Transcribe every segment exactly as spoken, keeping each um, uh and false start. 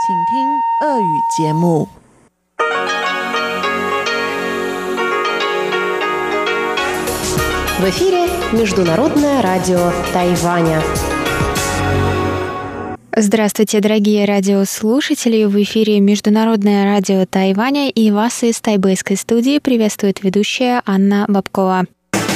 请听俄语节目。 В эфире Международное радио Тайваня. Здравствуйте, дорогие радиослушатели! В эфире Международное радио Тайваня, и вас из тайбэйской студии приветствует ведущая Анна Бабкова.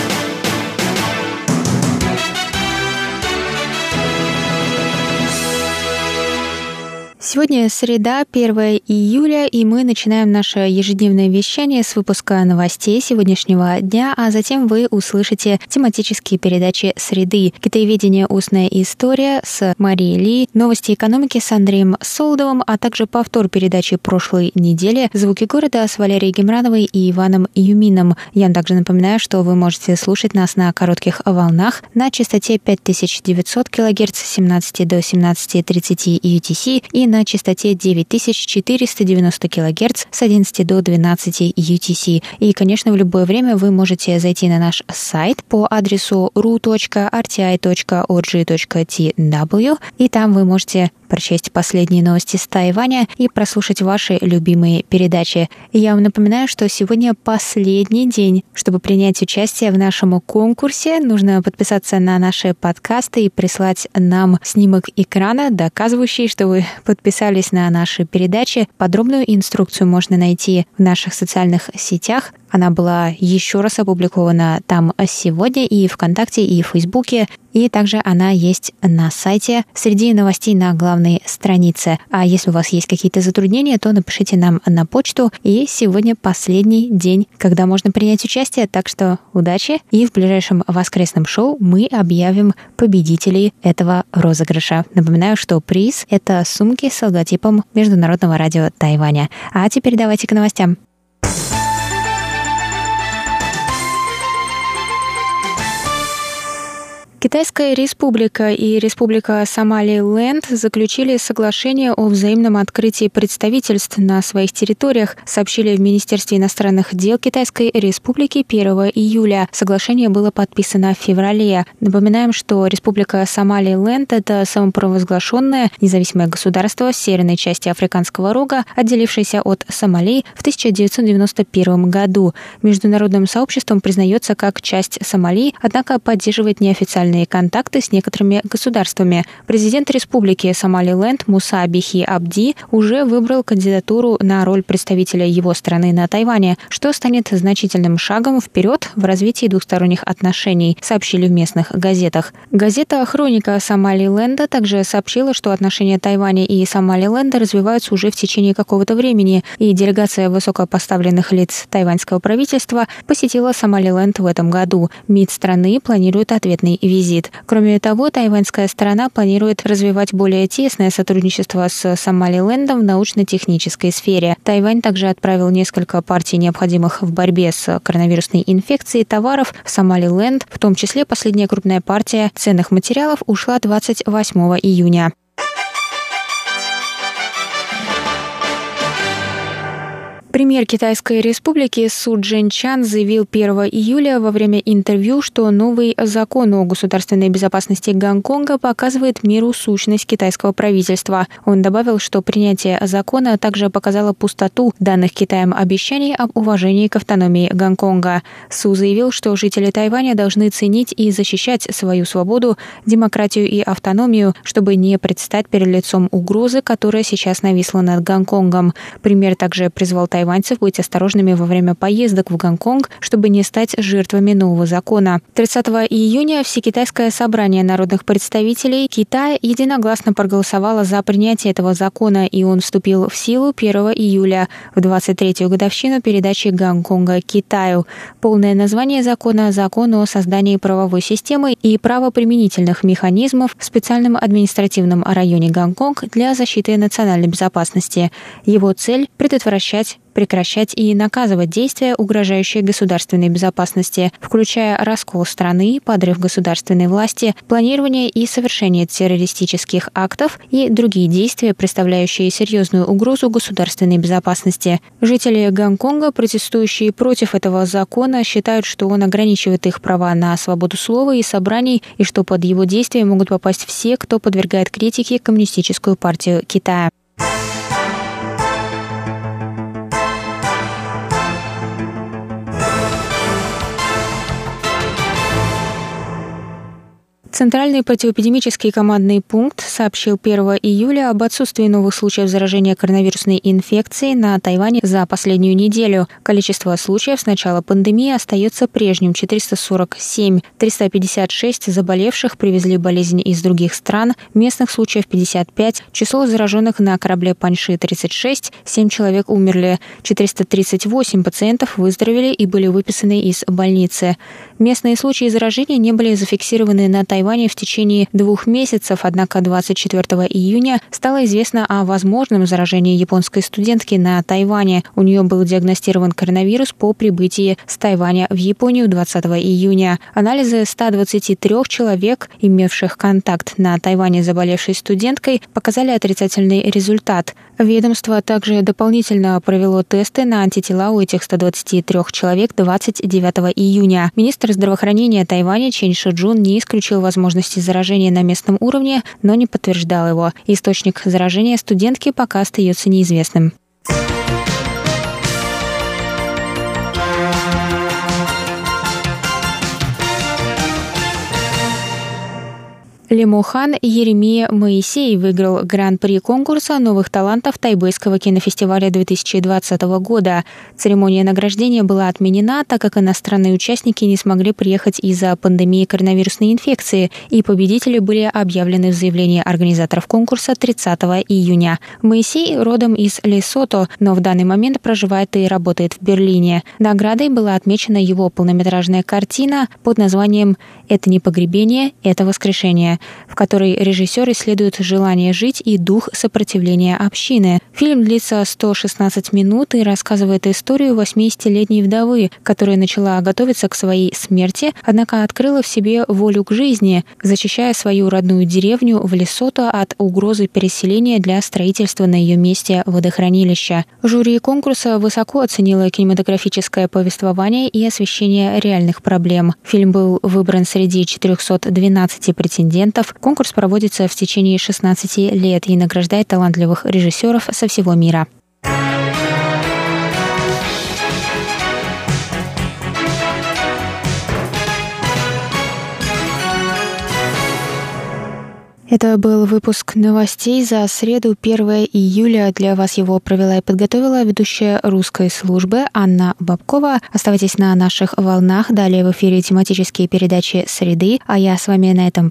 Сегодня среда, первое июля, и мы начинаем наше ежедневное вещание с выпуска новостей сегодняшнего дня, а затем вы услышите тематические передачи «Среды», «Китаеведение. Устная история» с Марией Ли, «Новости экономики» с Андреем Солодовым, а также повтор передачи прошлой недели «Звуки города» с Валерией Гемрановой и Иваном Юмином. Я вам также напоминаю, что вы можете слушать нас на коротких волнах на частоте пять тысяч девятьсот килогерц с семнадцати до семнадцати тридцати ю ти си и на на частоте девять тысяч четыреста девяносто килогерц с одиннадцати до двенадцати ю ти си. И, конечно, в любое время вы можете зайти на наш сайт по адресу ру точка эр ти ай точка о эр джи точка ти дабл ю, и там вы можете прочесть последние новости с Тайваня и прослушать ваши любимые передачи. И я вам напоминаю, что сегодня последний день. Чтобы принять участие в нашем конкурсе, нужно подписаться на наши подкасты и прислать нам снимок экрана, доказывающий, что вы подписались на наши передачи. Подробную инструкцию можно найти в наших социальных сетях. Она была еще раз опубликована там сегодня и ВКонтакте, и в Фейсбуке, и также она есть на сайте среди новостей на главной странице. А если у вас есть какие-то затруднения, то напишите нам на почту. И сегодня последний день, когда можно принять участие, так что удачи. И в ближайшем воскресном шоу мы объявим победителей этого розыгрыша. Напоминаю, что приз — это сумки с логотипом Международного радио Тайваня. А теперь давайте к новостям. Китайская республика и Республика Сомалиленд заключили соглашение о взаимном открытии представительств на своих территориях, сообщили в Министерстве иностранных дел Китайской республики первого июля. Соглашение было подписано в феврале. Напоминаем, что Республика Сомалиленд — это самопровозглашенное независимое государство в северной части Африканского рога, отделившееся от Сомали в тысяча девятьсот девяносто первом году. Международным сообществом признается как часть Сомали, однако поддерживает неофициальные контакты с некоторыми государствами. Президент Республики Сомалиленд Муса Бихи Абди уже выбрал кандидатуру на роль представителя его страны на Тайване, что станет значительным шагом вперед в развитии двухсторонних отношений, сообщили в местных газетах. Газета «Хроника Сомалиленда» также сообщила, что отношения Тайваня и Сомалиленда развиваются уже в течение какого-то времени, и делегация высокопоставленных лиц тайваньского правительства посетила Сомалиленд в этом году. МИД страны планирует ответный визит. Визит. Кроме того, тайваньская сторона планирует развивать более тесное сотрудничество с Сомалилендом в научно-технической сфере. Тайвань также отправил несколько партий необходимых в борьбе с коронавирусной инфекцией товаров в Сомалиленд, в том числе последняя крупная партия ценных материалов ушла двадцать восьмого июня. Премьер Китайской республики Су Чжэньчан заявил первого июля во время интервью, что новый закон о государственной безопасности Гонконга показывает миру сущность китайского правительства. Он добавил, что принятие закона также показало пустоту данных Китаем обещаний об уважении к автономии Гонконга. Су заявил, что жители Тайваня должны ценить и защищать свою свободу, демократию и автономию, чтобы не предстать перед лицом угрозы, которая сейчас нависла над Гонконгом. Премьер также призвал Тайвань тайваньцев быть осторожными во время поездок в Гонконг, чтобы не стать жертвами нового закона. тридцатого июня Всекитайское собрание народных представителей Китая единогласно проголосовало за принятие этого закона, и он вступил в силу первого июля, в двадцать третью годовщину передачи Гонконга Китаю. Полное название закона — «Закон о создании правовой системы и правоприменительных механизмов в специальном административном районе Гонконг для защиты национальной безопасности». Его цель — предотвращать, прекращать и наказывать действия, угрожающие государственной безопасности, включая раскол страны, подрыв государственной власти, планирование и совершение террористических актов и другие действия, представляющие серьезную угрозу государственной безопасности. Жители Гонконга, протестующие против этого закона, считают, что он ограничивает их права на свободу слова и собраний, и что под его действия могут попасть все, кто подвергает критике Коммунистическую партию Китая. Центральный противоэпидемический командный пункт сообщил первого июля об отсутствии новых случаев заражения коронавирусной инфекцией на Тайване за последнюю неделю. Количество случаев с начала пандемии остается прежним – четыреста сорок семь. триста пятьдесят шесть заболевших привезли болезнь из других стран, местных случаев пятьдесят пять, число зараженных на корабле Паньши – тридцать шесть, семь человек умерли, четыреста тридцать восемь пациентов выздоровели и были выписаны из больницы. Местные случаи заражения не были зафиксированы на Тайване в течение двух месяцев, однако двадцать четвёртого июня стало известно о возможном заражении японской студентки на Тайване. У нее был диагностирован коронавирус по прибытии с Тайваня в Японию двадцатого июня. Анализы ста двадцати трёх человек, имевших контакт на Тайване с заболевшей студенткой, показали отрицательный результат. Ведомство также дополнительно провело тесты на антитела у этих ста двадцати трёх человек двадцать девятого июня. Министр здравоохранения Тайваня Чен Шиджун не исключил возможности заражения на местном уровне, но не подтверждал его. Источник заражения студентки пока остается неизвестным. Лимухан Еремия Моисей выиграл гран-при конкурса новых талантов Тайбэйского кинофестиваля две тысячи двадцатого года. Церемония награждения была отменена, так как иностранные участники не смогли приехать из-за пандемии коронавирусной инфекции, и победители были объявлены в заявлении организаторов конкурса тридцатого июня. Моисей родом из Лесото, но в данный момент проживает и работает в Берлине. Наградой была отмечена его полнометражная картина под названием «Это не погребение, это воскрешение», в которой режиссер исследует желание жить и дух сопротивления общины. Фильм длится сто шестнадцать минут и рассказывает историю восьмидесятилетней вдовы, которая начала готовиться к своей смерти, однако открыла в себе волю к жизни, защищая свою родную деревню в Лесото от угрозы переселения для строительства на ее месте водохранилища. Жюри конкурса высоко оценило кинематографическое повествование и освещение реальных проблем. Фильм был выбран среди четырёхсот двенадцати претендентов. Конкурс проводится в течение шестнадцати лет и награждает талантливых режиссеров со всего мира. Это был выпуск новостей за среду, первого июля. Для вас его провела и подготовила ведущая русской службы Анна Бабкова. Оставайтесь на наших волнах. Далее в эфире тематические передачи «Среды». А я с вами на этом